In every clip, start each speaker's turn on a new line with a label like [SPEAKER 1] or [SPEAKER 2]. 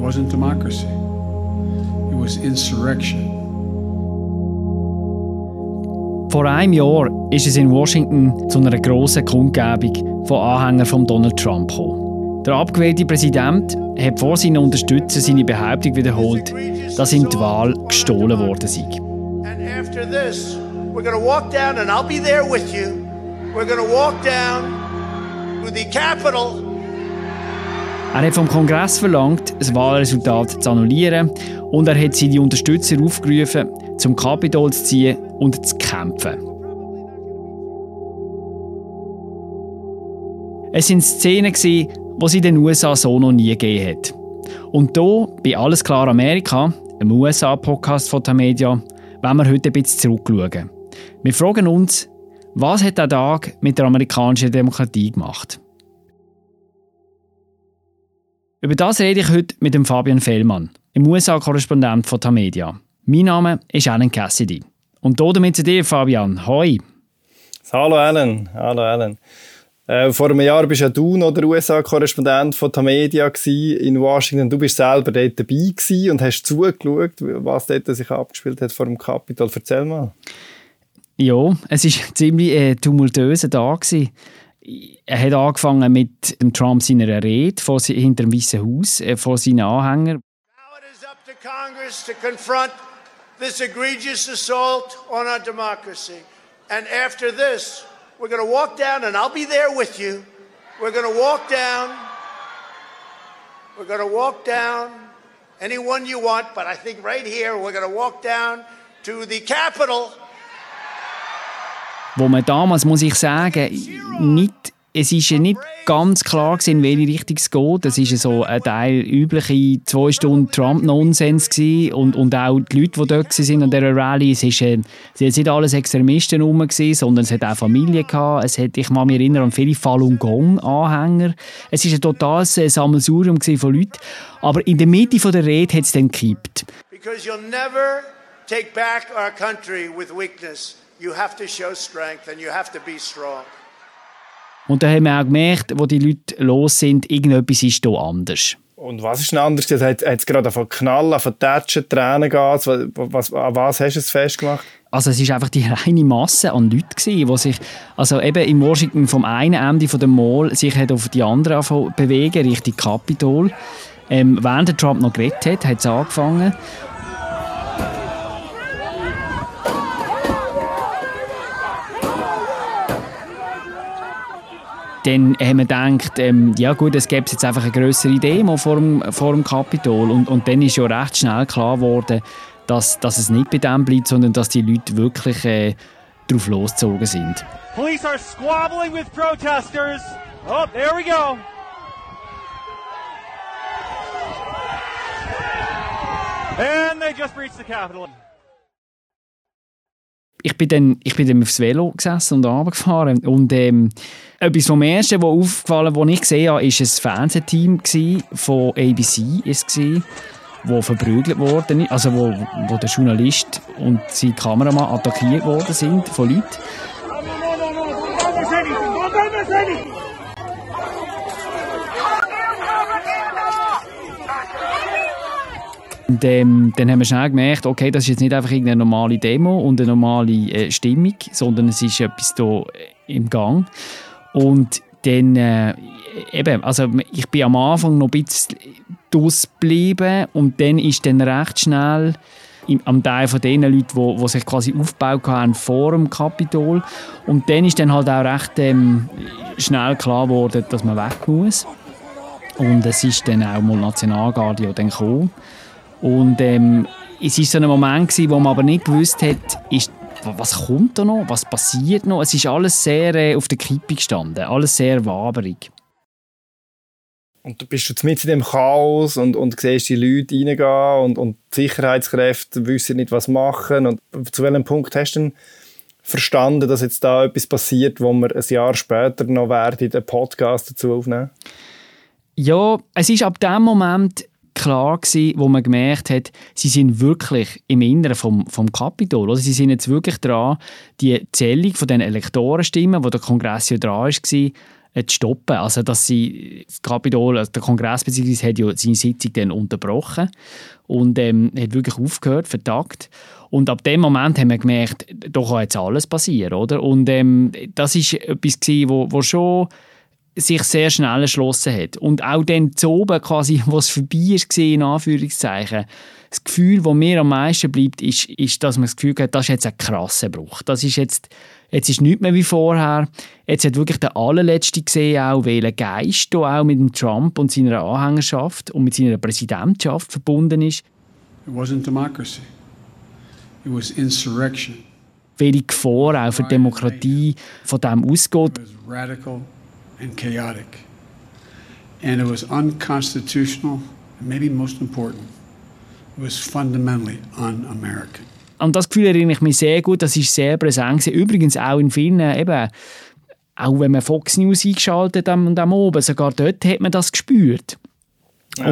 [SPEAKER 1] wasn't democracy. It was insurrection.
[SPEAKER 2] Vor einem Jahr ist es in Washington zu einer grossen Kundgebung von Anhängern von Donald Trump gekommen. Der abgewählte Präsident hat vor seinen Unterstützern seine Behauptung wiederholt, dass ihm die Wahl gestohlen worden sei.
[SPEAKER 3] And after this, we're going to walk down and I'll be there with you. We're going to walk down to the Capitol.
[SPEAKER 2] Er hat vom Kongress verlangt, das Wahlresultat zu annullieren, und er hat seine Unterstützer aufgerufen, zum Kapitol zu ziehen und zu kämpfen. Es waren Szenen, die es in den USA so noch nie gegeben hat. Und hier, bei «Alles klar Amerika», einem USA-Podcast von Tamedia, wollen wir heute ein bisschen zurückschauen. Wir fragen uns, was hat der Tag mit der amerikanischen Demokratie gemacht? Über das rede ich heute mit dem Fabian Fellmann, dem USA-Korrespondent von Tamedia. Mein Name ist Alan Cassidy. Und damit zu dir, Fabian. Hoi.
[SPEAKER 4] Hallo Alan. Vor einem Jahr warst ja du noch der USA-Korrespondent von Tamedia in Washington. Du bist selber dort dabei gewesen und hast zugeschaut, was dort sich abgespielt hat vor dem Capitol. Erzähl mal.
[SPEAKER 2] Ja, es war ein ziemlich tumultuöser Tag. Er hat angefangen mit dem Trump seiner Rede hinter dem Weißen Haus vor seinen Anhängern.
[SPEAKER 3] Now it is up to Congress to confront this egregious assault on our democracy. And after this, we're going to walk down, and I'll be there with you. We're going to walk down. We're going to walk down anyone you want, but I think right here we're going to walk down to the Capitol.
[SPEAKER 2] Wo man damals, muss ich sagen, es ist ja nicht ganz klar gewesen, in welche Richtung es geht. Es war so ein Teil übliche 2 Stunden Trump-Nonsens und auch die Leute, die dort waren an dieser Rallye, es waren nicht alles Extremisten rum, sondern es hat auch Familien gehabt. Ich kann mich erinnern an viele Falun Gong-Anhänger. Es war ein totales Sammelsurium von Leuten. Aber in der Mitte der Rede hat es dann gekippt.
[SPEAKER 3] Because you'll never take back our country with weakness. You have to show strength and you have to be strong.
[SPEAKER 2] Und da haben wir auch gemerkt, wo die Leute los sind, irgendetwas ist hier anders.
[SPEAKER 4] Und was ist denn anders? Hat es gerade von Knallen, von Tätschen, Tränengas? An was hast du es festgemacht?
[SPEAKER 2] Also es war einfach die reine Masse an Leuten, die sich also eben in Washington vom einen Ende von dem Mall sich auf die andere bewegen, Richtung Capitol. Während der Trump noch geredet hat es angefangen. Dann haben wir gedacht, ja gut, es gäbe jetzt einfach eine grössere Demo vor dem Capitol. Und dann ist ja recht schnell klar geworden, dass es nicht bei dem bleibt, sondern dass die Leute wirklich drauf losgezogen sind.
[SPEAKER 5] Police are squabbling with protesters. Oh, there we go. And they just breached the Capitol.
[SPEAKER 2] Ich bin dann aufs Velo gesessen und runtergefahren. Und etwas vom Ersten, was aufgefallen ist, was ich gesehen habe, war ein Fernsehteam von ABC, das verprügelt worden ist. Also wo der Journalist und sein Kameramann attackiert worden sind von Leuten. Und dann haben wir schnell gemerkt, okay, das ist jetzt nicht einfach irgendeine normale Demo und eine normale Stimmung, sondern es ist etwas hier im Gang. Und dann, also ich bin am Anfang noch ein bisschen ausgeblieben und dann ist dann recht schnell am Teil von den Leuten, die sich quasi aufgebaut haben vor dem Capitol. Und dann ist dann halt auch recht schnell klar geworden, dass man weg muss. Und es ist dann auch mal Nationalgarde dann gekommen. Und es war so ein Moment, wo man aber nicht gewusst hat, was kommt da noch, was passiert noch. Es ist alles sehr auf der Kippe gestanden, alles sehr waberig.
[SPEAKER 4] Und du bist jetzt mit in dem Chaos und siehst die Leute reingehen und die Sicherheitskräfte wissen nicht, was machen. Und zu welchem Punkt hast du denn verstanden, dass jetzt da etwas passiert, wo wir ein Jahr später noch werden, einen Podcast dazu aufnehmen?
[SPEAKER 2] Ja, es ist ab dem Moment klar gewesen, wo man gemerkt hat, sie sind wirklich im Inneren vom Capitol. Also sie sind jetzt wirklich dran, die Zählung von den Elektorenstimmen, wo der Kongress ja dran war, zu stoppen. Also, dass sie das Kapitol, also der Kongress bzw. hat ja seine Sitzung dann unterbrochen und hat wirklich aufgehört, vertagt. Und ab dem Moment haben wir gemerkt, da kann jetzt alles passieren, oder? Und das war etwas gewesen, wo schon sich sehr schnell erschlossen hat. Und auch dann zu oben, quasi, wo es vorbei war, in Anführungszeichen, das Gefühl, das mir am meisten bleibt, ist, dass man das Gefühl hat, das ist jetzt ein krasser Bruch. Das ist jetzt ist nichts mehr wie vorher. Jetzt hat wirklich der allerletzte gesehen, auch, welcher Geist da auch mit dem Trump und seiner Anhängerschaft und mit seiner Präsidentschaft verbunden ist.
[SPEAKER 1] It wasn't democracy. It was insurrection.
[SPEAKER 2] Welche Gefahr auch für die Demokratie von dem ausgeht.
[SPEAKER 1] It was radical and chaotic. And it was unconstitutional, and maybe most important, it was fundamentally un-American.
[SPEAKER 2] An das Gefühl erinnere ich mich sehr gut, das ist sehr präsent. Übrigens auch in vielen, eben, auch wenn man Fox News eingeschaltet hat am Oben, sogar dort hat man das gespürt. Ja.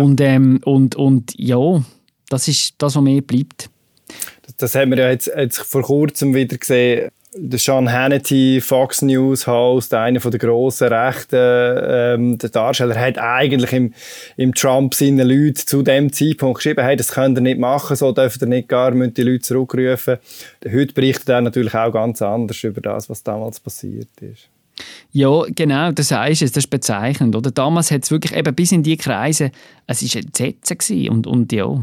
[SPEAKER 2] Und ja, das ist das, was mir bleibt.
[SPEAKER 4] Das haben wir ja jetzt vor kurzem wieder gesehen. Der Sean Hannity, Fox News Host, einer der grossen rechten Darsteller, hat eigentlich im Trump seinen Leuten zu dem Zeitpunkt geschrieben, hey, das könnt ihr nicht machen, so dürft ihr nicht gar, müsst die Leute zurückrufen. Heute berichtet er natürlich auch ganz anders über das, was damals passiert ist.
[SPEAKER 2] Ja, genau, das sagst du, das ist bezeichnend. Oder? Damals hat es wirklich eben bis in die Kreise, es war ein Setzen und ja.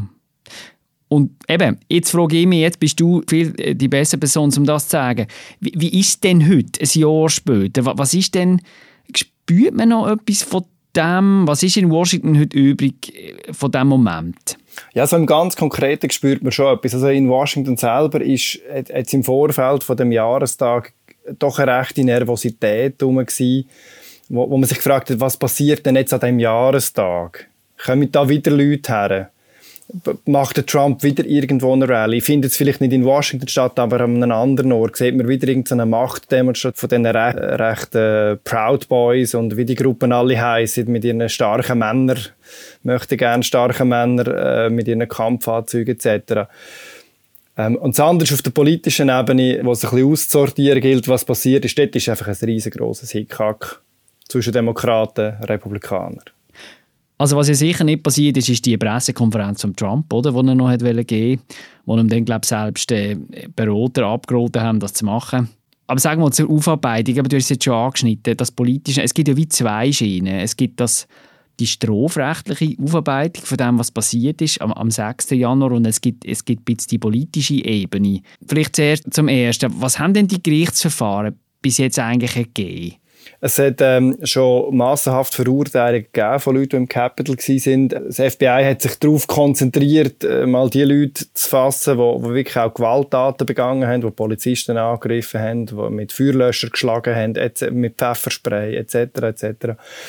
[SPEAKER 2] Und eben, jetzt frage ich mich, jetzt bist du viel die bessere Person, um das zu sagen. Wie ist es denn heute, ein Jahr später? Was ist denn, spürt man noch etwas von dem, was ist in Washington heute übrig von diesem Moment?
[SPEAKER 4] Ja, so im ganz Konkreten spürt man schon etwas. Also in Washington selber ist jetzt im Vorfeld von dem Jahrestag doch eine rechte Nervosität herum gewesen, wo man sich gefragt hat, was passiert denn jetzt an diesem Jahrestag? Kommen da wieder Leute her? Macht der Trump wieder irgendwo eine Rallye? Findet es vielleicht nicht in Washington statt, aber an einem anderen Ort? Sieht man wieder irgendeine Machtdemonstration von diesen rechten Proud Boys und wie die Gruppen alle heissen, mit ihren starken Männern, möchte gerne starke Männer mit ihren Kampfanzügen etc. Und das andere ist auf der politischen Ebene, wo es ein bisschen auszusortieren gilt, was passiert ist. Dort ist einfach ein riesengroßes Hickhack zwischen Demokraten und Republikanern.
[SPEAKER 2] Also was ja sicher nicht passiert ist die Pressekonferenz von Trump, oder, die er noch geben wollte, wo ihm dann, glaube ich, selbst Berater abgeraten haben, das zu machen. Aber sagen wir zur Aufarbeitung, aber du hast es jetzt schon angeschnitten, das Politische, es gibt ja wie zwei Schienen. Es gibt die strafrechtliche Aufarbeitung von dem, was passiert ist am 6. Januar und es gibt ein bisschen die politische Ebene. Vielleicht zuerst zum Ersten, was haben denn die Gerichtsverfahren bis jetzt eigentlich gegeben?
[SPEAKER 4] Es hat schon massenhaft Verurteilungen gegeben von Leuten, die im Capitol waren. Das FBI hat sich darauf konzentriert, mal die Leute zu fassen, die wirklich auch Gewalttaten begangen haben, die Polizisten angegriffen haben, die mit Feuerlöschern geschlagen haben, mit Pfefferspray etc. etc.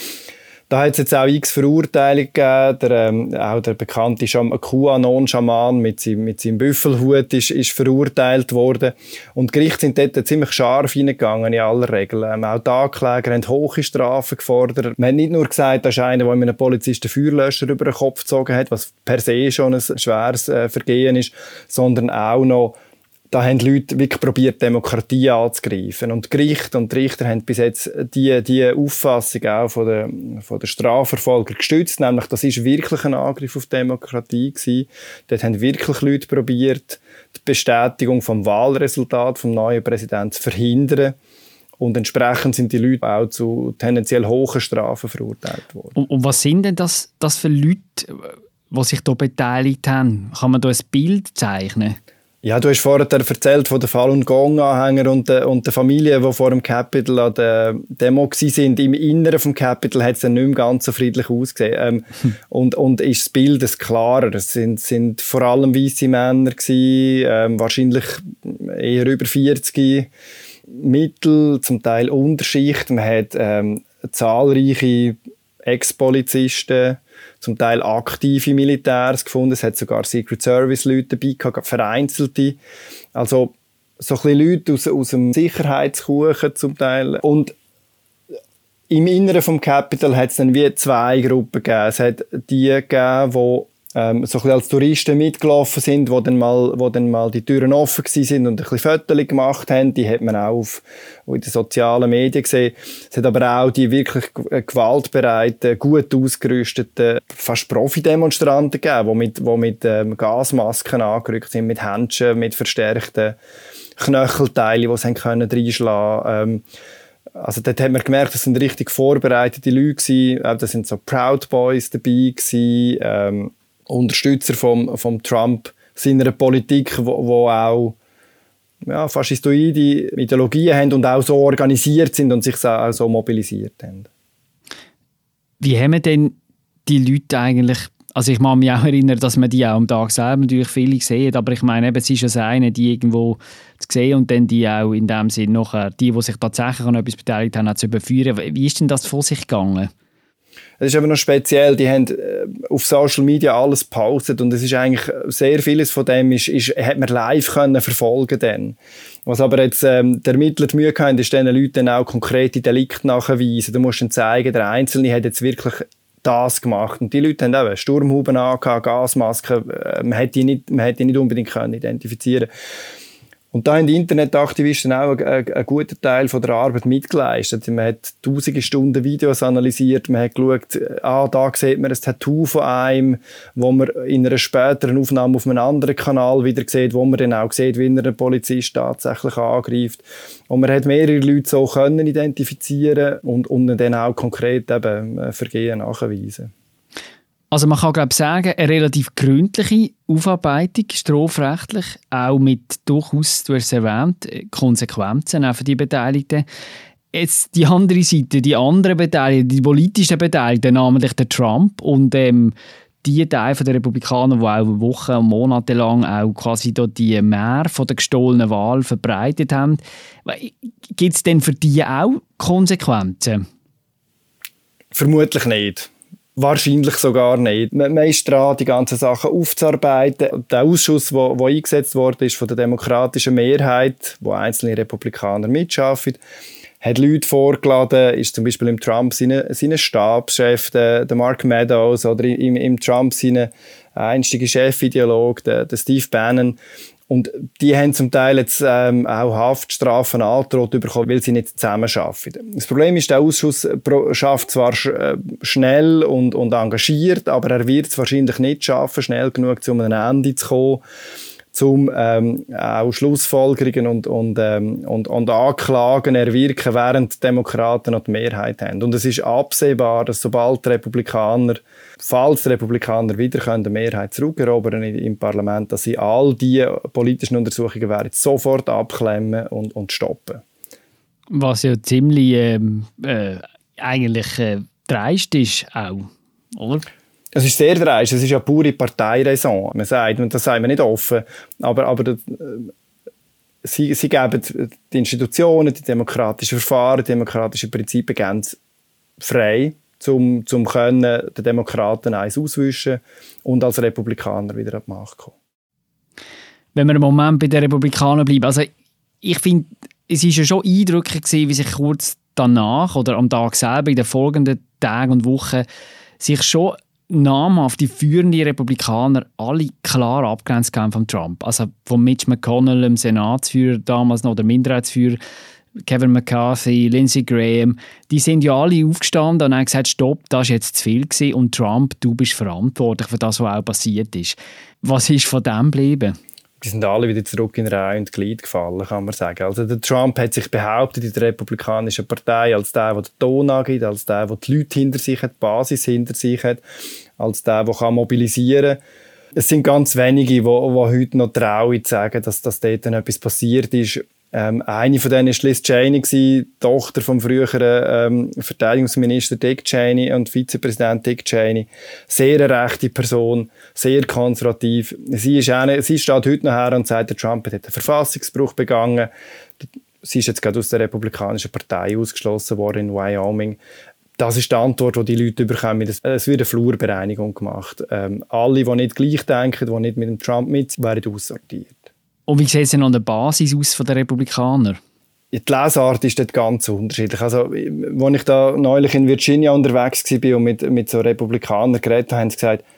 [SPEAKER 4] Da hat es jetzt auch x Verurteilungen gegeben. Auch der bekannte QAnon-Schaman mit seinem Büffelhut ist verurteilt worden. Und die Gerichte sind dort ziemlich scharf reingegangen, in aller Regel. Auch die Ankläger haben hohe Strafen gefordert. Man hat nicht nur gesagt, das ist einer, der einem Polizisten Feuerlöscher über den Kopf gezogen hat, was per se schon ein schweres Vergehen ist, sondern auch noch, da haben Leute wirklich probiert, Demokratie anzugreifen. Und die Gerichte und die Richter haben bis jetzt die Auffassung auch von der Strafverfolger gestützt, nämlich das ist wirklich ein Angriff auf die Demokratie gewesen. Dort haben wirklich Leute probiert, die Bestätigung vom Wahlresultat vom neuen Präsidenten zu verhindern. Und entsprechend sind die Leute auch zu tendenziell hohen Strafen verurteilt worden.
[SPEAKER 2] Und was sind denn das für Leute, die sich hier beteiligt haben? Kann man da ein Bild zeichnen?
[SPEAKER 4] Ja, du hast vorher erzählt von den Falun Gong-Anhängern und der Familie, die vor dem Capitol an der Demo waren. Im Inneren des Capitol hat es dann nicht mehr ganz so friedlich ausgesehen. Und ist das Bild klarer. Es sind vor allem weisse Männer gewesen, wahrscheinlich eher über 40, Mittel, zum Teil Unterschicht. Man hat zahlreiche Ex-Polizisten, zum Teil aktive Militärs gefunden. Es hat sogar Secret Service Leute dabei gehabt, vereinzelte. Also so ein bisschen Leute aus dem Sicherheitskuchen zum Teil. Und im Inneren vom Capitol hat es dann wie zwei Gruppen gegeben. Es hat die gegeben, die so ein bisschen als Touristen mitgelaufen sind, wo dann mal die Türen offen sind und ein bisschen Fotos gemacht haben. Die hat man auch in den sozialen Medien gesehen. Es hat aber auch die wirklich gewaltbereiten, gut ausgerüsteten, fast Profi-Demonstranten gegeben, die mit Gasmasken angerückt sind, mit Händchen, mit verstärkten Knöchelteilen, die sie reinschlagen können. Also dort hat man gemerkt, das sind richtig vorbereitete Leute gewesen. Da sind so Proud Boys dabei gewesen, Unterstützer vom Trump, seiner Politik, wo auch faschistoide Ideologien haben und auch so organisiert sind und sich auch so mobilisiert haben.
[SPEAKER 2] Wie haben denn die Leute eigentlich, also ich kann mich auch erinnern, dass man die auch am Tag selber natürlich viele sehen, aber ich meine, eben, es ist das eine, die irgendwo zu sehen und dann die auch in dem Sinn nachher, die sich tatsächlich an etwas beteiligt haben, auch zu überführen. Wie ist denn das vor sich gegangen?
[SPEAKER 4] Es ist aber noch speziell, die haben auf Social Media alles gepostet und es ist eigentlich, sehr vieles von dem hat man live können verfolgen dann. Was aber jetzt der Ermittler die Mühe hatten, ist diesen Leuten dann auch konkrete Delikte nachweisen. Du musst dann zeigen, der Einzelne hat jetzt wirklich das gemacht. Und die Leute haben eben Sturmhuben angehabt, Gasmasken, man hätte die nicht unbedingt können identifizieren. Und da haben die Internetaktivisten auch einen guten Teil von der Arbeit mitgeleistet. Man hat tausende Stunden Videos analysiert, man hat geschaut, da sieht man ein Tattoo von einem, wo man in einer späteren Aufnahme auf einem anderen Kanal wieder sieht, wo man dann auch sieht, wie einen Polizist tatsächlich angreift. Und man hat mehrere Leute so können identifizieren und dann auch konkret eben Vergehen nachweisen.
[SPEAKER 2] Also man kann, glaube ich, sagen, eine relativ gründliche Aufarbeitung, strafrechtlich, auch mit durchaus, du hast es erwähnt, Konsequenzen auch für die Beteiligten. Jetzt die andere Seite, die anderen Beteiligten, die politischen Beteiligten, namentlich der Trump und die Teile der Republikaner, die auch Wochen und Monate lang auch quasi die Mehr von der gestohlenen Wahl verbreitet haben. Gibt es denn für die auch Konsequenzen?
[SPEAKER 4] Vermutlich nicht. Wahrscheinlich sogar nicht. Man ist dran, die ganzen Sachen aufzuarbeiten. Der Ausschuss, der eingesetzt wurde, ist von der demokratischen Mehrheit, wo einzelne Republikaner mitschaffen, hat Leute vorgeladen, ist zum Beispiel im Trump seine Stabschef, der Mark Meadows, oder im Trump seine einstige Chefideologe, der Steve Bannon. Und die haben zum Teil jetzt auch Haftstrafen angedroht bekommen, weil sie nicht zusammenarbeiten. Das Problem ist, der Ausschuss schafft zwar schnell und engagiert, aber er wird es wahrscheinlich nicht schaffen, schnell genug, um an ein Ende zu kommen, um auch Schlussfolgerungen und Anklagen erwirken, während die Demokraten noch die Mehrheit haben. Und es ist absehbar, dass falls die Republikaner wieder eine Mehrheit zurückerobern im Parlament, dass sie all diese politischen Untersuchungen werden sofort abklemmen und stoppen.
[SPEAKER 2] Was ja ziemlich eigentlich dreist ist auch, oder?
[SPEAKER 4] Es ist sehr dreist, es ist ja pure Parteiräson. Man sagt, und das sagen wir nicht offen, aber sie geben die Institutionen, die demokratischen Verfahren, die demokratischen Prinzipien ganz frei, um den Demokraten eins auswischen und als Republikaner wieder an die Macht kommen.
[SPEAKER 2] Wenn wir einen Moment bei den Republikanern bleiben, also ich finde, es war ja schon eindrücklich gewesen, wie sich kurz danach oder am Tag selber, in den folgenden Tagen und Wochen, sich schon namhaft die führenden Republikaner alle klar abgrenzt haben von Trump. Also von Mitch McConnell, dem Senatsführer damals noch, der Minderheitsführer, Kevin McCarthy, Lindsey Graham, die sind ja alle aufgestanden und haben gesagt, stopp, das war jetzt zu viel gewesen und Trump, du bist verantwortlich für das, was auch passiert ist. Was ist von dem geblieben?
[SPEAKER 4] Die sind alle wieder zurück in Reihe und Glied gefallen, kann man sagen. Also der Trump hat sich behauptet in der Republikanischen Partei als der den Ton angibt, als der die Leute hinter sich hat, die Basis hinter sich hat, als der mobilisieren kann. Es sind ganz wenige, die heute noch trauen zu sagen, dass dort etwas passiert ist. Eine von denen war Liz Cheney, die Tochter vom früheren Verteidigungsminister Dick Cheney und Vizepräsident Dick Cheney. Sehr eine rechte Person, sehr konservativ. Sie steht heute noch her und sagt, der Trump hat einen Verfassungsbruch begangen. Sie ist jetzt gerade aus der Republikanischen Partei ausgeschlossen worden in Wyoming. Das ist die Antwort, die die Leute bekommen. Es wird eine Flurbereinigung gemacht. Alle, die nicht gleich denken, die nicht mit dem Trump mit, werden aussortiert.
[SPEAKER 2] Und wie sieht es denn an der Basis aus von den Republikanern?
[SPEAKER 4] Die Lesart ist dort ganz unterschiedlich. Also, als ich da neulich in Virginia unterwegs war und mit so Republikanern geredet habe, haben sie gesagt,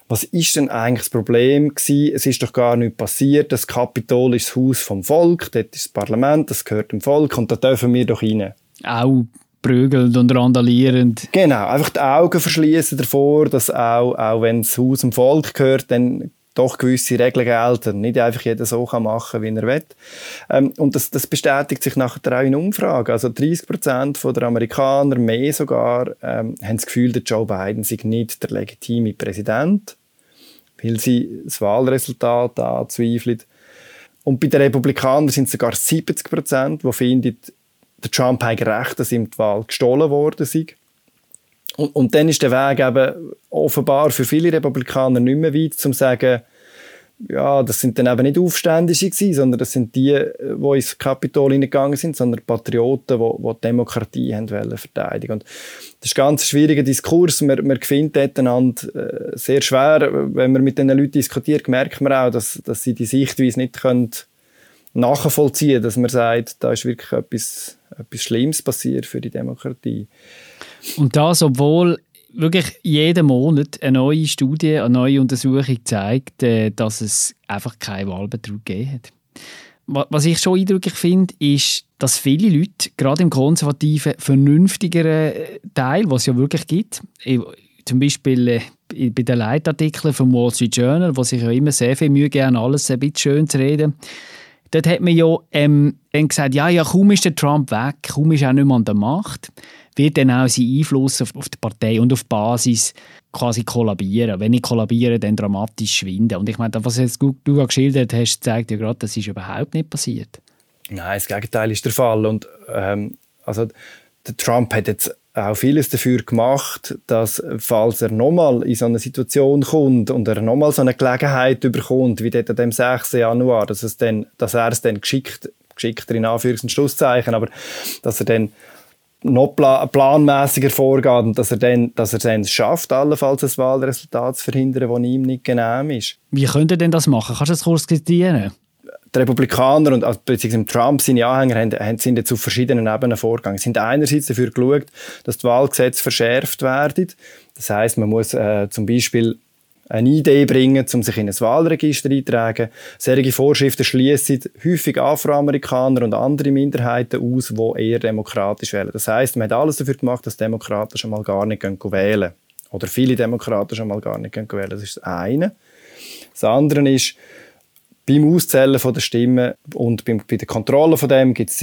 [SPEAKER 4] was ist denn eigentlich das Problem gewesen? Es ist doch gar nichts passiert. Das Kapitol ist das Haus vom Volk, dort ist das Parlament, das gehört dem Volk und da dürfen wir doch rein.
[SPEAKER 2] Auch prügelnd und randalierend.
[SPEAKER 4] Genau, einfach die Augen verschließen davor, dass auch wenn das Haus dem Volk gehört, dann doch gewisse Regeln gelten. Nicht einfach jeder so machen, wie er will. Und das bestätigt sich nachher auch in Umfragen. Also 30% der Amerikaner, mehr sogar, haben das Gefühl, dass Joe Biden sei nicht der legitime Präsident, weil sie das Wahlresultat anzweifeln. Und bei den Republikanern sind es sogar 70%, die finden, der Trump hat recht, dass ihm die Wahl gestohlen worden sei. Und dann ist der Weg eben offenbar für viele Republikaner nicht mehr weit, um zu sagen, ja, das sind dann eben nicht Aufständische gewesen, sondern das sind die ins Kapitol hineingegangen sind, sondern Patrioten, die die Demokratie haben wollen verteidigen. Und das ist ein ganz schwieriger Diskurs. Man findet einander sehr schwer. Wenn man mit diesen Leuten diskutiert, merkt man auch, dass sie die Sichtweise nicht nachvollziehen können, dass man sagt, da ist wirklich etwas Schlimmes passiert für die Demokratie.
[SPEAKER 2] Und das, obwohl wirklich jeden Monat eine neue Studie, eine neue Untersuchung zeigt, dass es einfach keinen Wahlbetrug gegeben hat. Was ich schon eindrücklich finde, ist, dass viele Leute, gerade im konservativen, vernünftigeren Teil, was es ja wirklich gibt, zum Beispiel bei den Leitartikeln vom Wall Street Journal, wo sich ja immer sehr viel Mühe geben, alles ein bisschen schön zu reden, dort hat man ja dann gesagt, ja, kaum ist der Trump weg, kaum ist er nicht mehr an der Macht, wird dann auch sein Einfluss auf die Partei und auf die Basis quasi kollabieren. Wenn nicht kollabieren, dann dramatisch schwinden. Und ich meine, was jetzt du geschildert hast, zeigt ja gerade, das ist überhaupt nicht passiert.
[SPEAKER 4] Nein, das Gegenteil ist der Fall. Und also der Trump hat jetzt auch vieles dafür gemacht, dass, falls er nochmal in so eine Situation kommt und er nochmal so eine Gelegenheit überkommt, wie dort an dem 6. Januar, dass er es dann geschickter in Anführungs- und Schlusszeichen, aber dass er dann noch planmäßiger vorgeht und dass er dann schafft, allenfalls ein Wahlresultat zu verhindern, das ihm nicht genehm ist.
[SPEAKER 2] Wie könnte er denn das machen? Kannst du das kurz skizzieren?
[SPEAKER 4] Die Republikaner und beziehungsweise Trump, seine Anhänger, sind jetzt auf verschiedenen Ebenen vorgegangen. Sie haben einerseits dafür geschaut, dass die Wahlgesetze verschärft werden. Das heisst, man muss zum Beispiel eine Idee bringen, um sich in ein Wahlregister einzutragen. Solche Vorschriften schliessen häufig Afroamerikaner und andere Minderheiten aus, die eher demokratisch wählen. Das heisst, man hat alles dafür gemacht, dass Demokraten schon mal gar nicht wählen. Oder viele Demokraten schon mal gar nicht wählen. Das ist das eine. Das andere ist, beim Auszählen der Stimmen und bei der Kontrolle von dem gibt es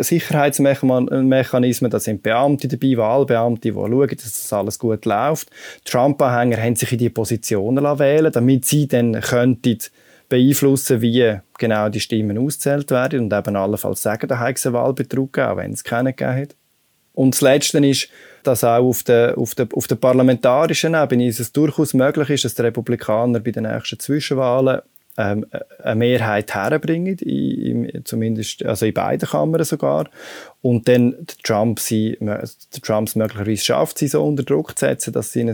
[SPEAKER 4] Sicherheitsmechanismen. Da sind Beamte dabei, Wahlbeamte, die schauen, dass das alles gut läuft. Trump-Anhänger haben sich in diese Positionen wählen, damit sie dann könnten beeinflussen, wie genau die Stimmen ausgezählt werden und eben allenfalls sagen, da hat es einen Wahlbetrug gegeben, auch wenn es keinen gegeben hat. Und das Letzte ist, dass auch auf der parlamentarischen Ebene es durchaus möglich ist, dass die Republikaner bei den nächsten Zwischenwahlen eine Mehrheit herbringen, zumindest also in beiden Kammern sogar, und dann der Trump möglicherweise schafft, sie so unter Druck zu setzen, dass sie ein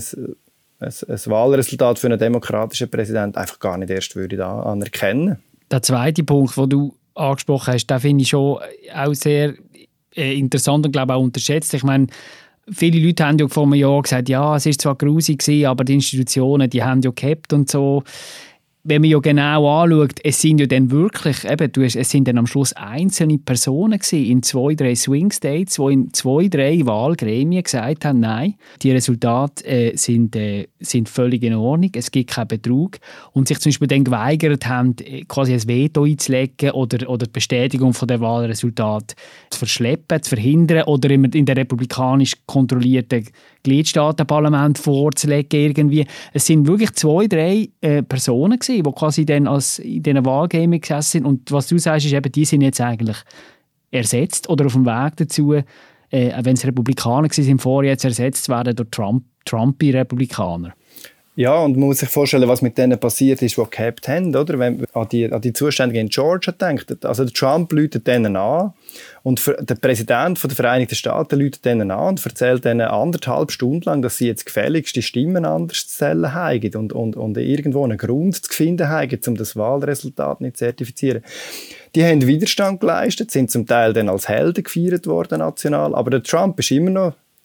[SPEAKER 4] Wahlresultat für einen demokratischen Präsidenten einfach gar nicht erst anerkennen.
[SPEAKER 2] Der zweite Punkt, den du angesprochen hast, den finde ich schon auch sehr interessant und glaube auch unterschätzt. Ich meine, viele Leute haben ja vor einem Jahr gesagt, ja, es war zwar grusig gewesen, aber die Institutionen, die haben ja gehabt und so. Wenn man ja genau anschaut, es sind ja dann wirklich, es sind dann am Schluss einzelne Personen gewesen, in 2-3 Swing States, die in 2-3 Wahlgremien gesagt haben, nein, die Resultate sind völlig in Ordnung, es gibt keinen Betrug und sich zum Beispiel dann geweigert haben, quasi ein Veto einzulegen oder die Bestätigung von der Wahlresultat zu verschleppen, zu verhindern oder in der republikanisch kontrollierten Gliedstaatenparlament vorzulegen irgendwie. Es sind wirklich 2-3 Personen gewesen, die quasi dann in diesen Wahlgremien gesessen sind. Und was du sagst, ist eben, die sind jetzt eigentlich ersetzt oder auf dem Weg dazu, wenn es Republikaner waren vorher, jetzt ersetzt werden durch Trumpy-Republikaner.
[SPEAKER 4] Ja, und man muss sich vorstellen, was mit denen passiert ist, die gehabt haben, oder? Wenn man an die Zustände in Georgia denkt. Also der Trump läutet denen an und der Präsident der Vereinigten Staaten läutet denen an und erzählt denen 1,5 Stunden lang, dass sie jetzt gefälligst die Stimmen anders zu zählen haben und irgendwo einen Grund zu finden haben, um das Wahlresultat nicht zu zertifizieren. Die haben Widerstand geleistet, sind zum Teil dann als Helden gefeiert worden national, aber der Trump ist immer noch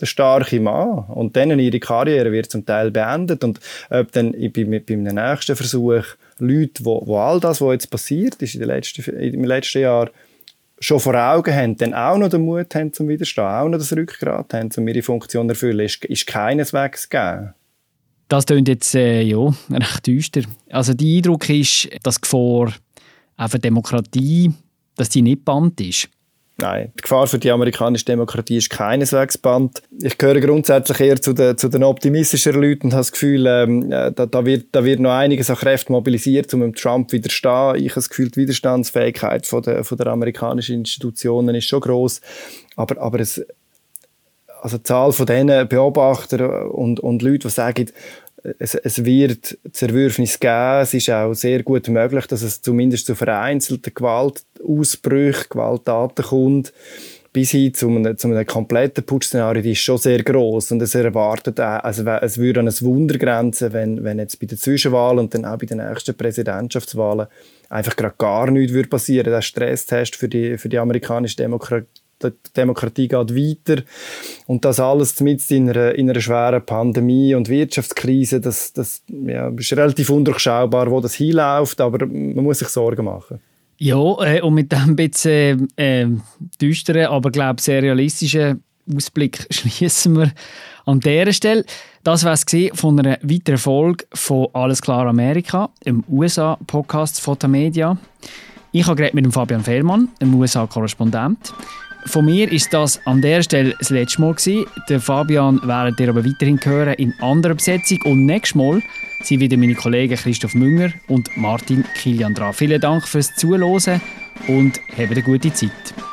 [SPEAKER 4] der starke Mann. Und dann ihre Karriere wird zum Teil beendet. Und ob dann bei einem nächsten Versuch Leute, wo all das, was jetzt passiert ist im letzten Jahr, schon vor Augen haben, dann auch noch den Mut haben zum Widerstehen, auch noch das Rückgrat haben, um ihre Funktion zu erfüllen, ist keineswegs gegeben.
[SPEAKER 2] Das klingt jetzt recht düster. Also der Eindruck ist, dass die Gefahr auf eine Demokratie, dass die nicht gebannt ist.
[SPEAKER 4] Nein, die Gefahr für die amerikanische Demokratie ist keineswegs gebannt. Ich gehöre grundsätzlich eher zu den optimistischeren Leuten und habe das Gefühl, da wird noch einiges an Kräften mobilisiert, um dem Trump zu widerstehen. Ich habe das Gefühl, die Widerstandsfähigkeit von der amerikanischen Institutionen ist schon gross. Aber die Zahl von diesen Beobachtern und Leuten, die sagen, es wird Zerwürfnis geben. Es ist auch sehr gut möglich, dass es zumindest zu vereinzelten Gewaltausbrüchen, Gewalttaten kommt, bis hin zu einem kompletten Putsch-Szenario. Die ist schon sehr gross und es erwartet auch, also es würde an ein Wunder grenzen, wenn jetzt bei den Zwischenwahlen und dann auch bei den nächsten Präsidentschaftswahlen einfach gerade gar nichts würde passieren. Der Stresstest für die amerikanische Demokratie geht weiter. Und das alles mit in einer schweren Pandemie und Wirtschaftskrise, das ist relativ undurchschaubar, wo das hinläuft, aber man muss sich Sorgen machen.
[SPEAKER 2] Ja, und mit diesem bisschen düsteren, aber glaube sehr realistischen Ausblick schließen wir an dieser Stelle. Das war es von einer weiteren Folge von «Alles klar Amerika», im USA-Podcast von Tamedia. Ich habe geredet mit dem Fabian Fehlmann, einem USA-Korrespondent. Von mir ist das an dieser Stelle das letzte Mal gewesen. Der Fabian werdet ihr aber weiterhin hören in anderer Besetzung. Und nächstes Mal sind wieder meine Kollegen Christoph Münger und Martin Kilian dran. Vielen Dank fürs Zuhören und habt eine gute Zeit.